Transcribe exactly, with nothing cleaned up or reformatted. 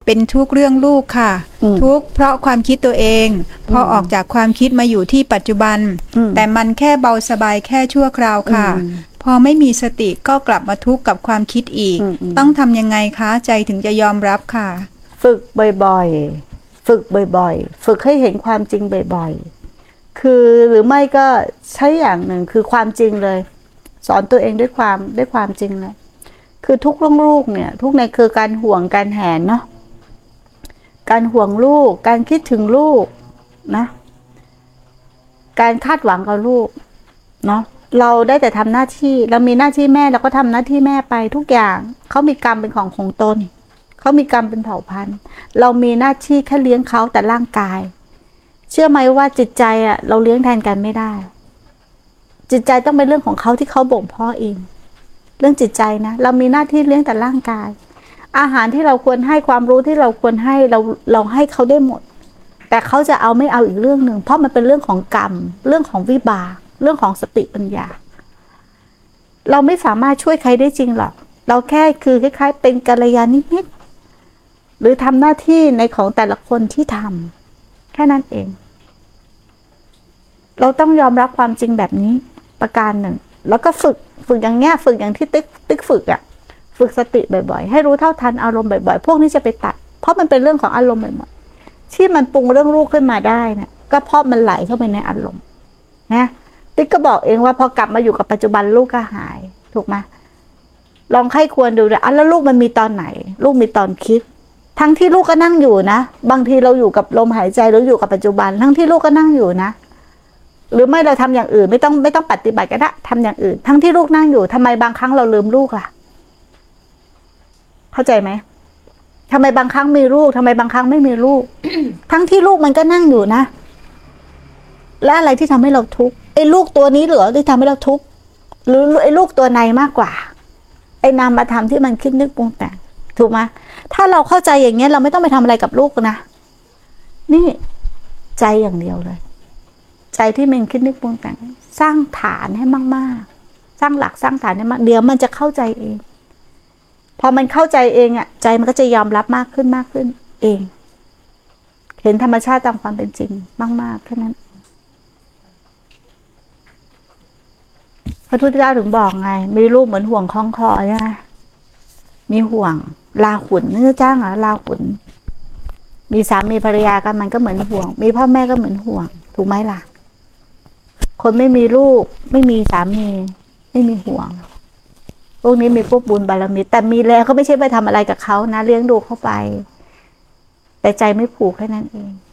เป็นทุกข์เรื่องลูกค่ะทุกข์เพราะความคิดตัวเองพอออกจากความคิดมาอยู่ที่ปัจจุบันแต่มันแค่เบาสบายแค่ชั่วคราวค่ะพอไม่มีสติก็กลับมาทุกข์กับความคิดอีกต้องทำยังไงคะใจถึงจะยอมรับค่ะฝึกบ่อยๆฝึกบ่อยๆฝึกให้เห็นความจริงบ่อยๆคือหรือไม่ก็ใช้อย่างหนึ่งคือความจริงเลยสอนตัวเองด้วยความด้วยความจริงเลยคือทุกเรื่องลูกเนี่ยทุกในคือการห่วงการแหนเนาะการห่วงลูกการคิดถึงลูกนะการคาดหวังกับลูกเนาะเราได้แต่ทำหน้าที่เรามีหน้าที่แม่เราก็ทำหน้าที่แม่ไปทุกอย่างเขามีกรรมเป็นของของตนเขามีกรรมเป็นเผ่าพันธุ์เรามีหน้าที่แค่เลี้ยงเขาแต่ร่างกายเชื่อไหมว่าจิตใจอ่ะเราเลี้ยงแทนกันไม่ได้จิตใจต้องเป็นเรื่องของเขาที่เขาบ่มเพาะเองเรื่องจิตใจนะเรามีหน้าที่เลี้ยงแต่ร่างกายอาหารที่เราควรให้ความรู้ที่เราควรให้เราเราให้เขาได้หมดแต่เขาจะเอาไม่เอาอีกเรื่องหนึ่งเพราะมันเป็นเรื่องของกรรมเรื่องของวิบากเรื่องของสติปัญญาเราไม่สามารถช่วยใครได้จริงหรอกเราแค่คือคล้ายๆเป็นกัลยาณมิตรหรือทำหน้าที่ในของแต่ละคนที่ทำแค่นั้นเองเราต้องยอมรับความจริงแบบนี้ประการหนึ่งแล้วก็ฝึกฝึกอย่างเงี้ยฝึกอย่างที่ติ๊กติ๊กฝึกอ่ะฝึกสติบ่อยๆให้รู้เท่าทันอารมณ์บ่อยๆพวกนี้จะไปตัดเพราะมันเป็นเรื่องของอารมณ์บ่อยๆที่มันปรุงเรื่องลูกขึ้นมาได้เนี่ยก็เพราะมันไหลเข้าไปในอารมณ์นะติ๊กก็บอกเองว่าพอกลับมาอยู่กับปัจจุบันลูกก็หายถูกไหมลองไข้ควรดูเลยอ่ะแล้วลูกมันมีตอนไหนลูกมีตอนคิดทั้งที่ลูกก็นั่งอยู่นะบางทีเราอยู่กับลมหายใจหรืออยู่กับปัจจุบันทั้งที่ลูกก็นั่งอยู่นะหรือไม่เราทำอย่างอื่นไม่ต้องไม่ต้องปฏิบัติก็ได้ทำอย่างอื่นทั้งที่ลูกนั่งอยู่ทำไมบางครั้งเราลืมลูกล่ะเข้าใจไหมทำไมบางครั้งมีลูกทำไมบางครั้งไม่มีลูก ทั้งที่ลูกมันก็นั่งอยู่นะและอะไรที่ทำให้เราทุกข์ไอ้ลูกตัวนี้เหรอที่ทำให้เราทุกข์หรือไอ้ลูกตัวในมากกว่าไอ้นามธรรมที่มันคิดนึกปรุงแต่งถูกไหมถ้าเราเข้าใจอย่างเงี้ยเราไม่ต้องไปทำอะไรกับลูกนะนี่ใจอย่างเดียวเลยใจที่มันคิดนึกปรุงแต่งสร้างฐานให้มากๆสร้างหลักสร้างฐานให้มากเดี๋ยวมันจะเข้าใจเองพอมันเข้าใจเองอ่ะใจมันก็จะยอมรับมากขึ้นมากขึ้นเองเห็นธรรมชาติตามความเป็นจริงมากๆแค่นั้นพระพุทธเจ้าถึงบอกไงมีลูกเหมือนห่วงคล้องคอใช่ไหมมีห่วงลาขุนนี่จ้างเหรอลาขุนมีสามีภรรยากันมันก็เหมือนห่วงมีพ่อแม่ก็เหมือนห่วงถูกไหมล่ะคนไม่มีลูกไม่มีสามีไม่มีห่วงพวกนี้มีพวกบุญบารมีแต่มีแล้วก็ไม่ใช่ไปทำอะไรกับเขานะเลี้ยงดูเข้าไปแต่ใจไม่ผูกแค่นั้นเอง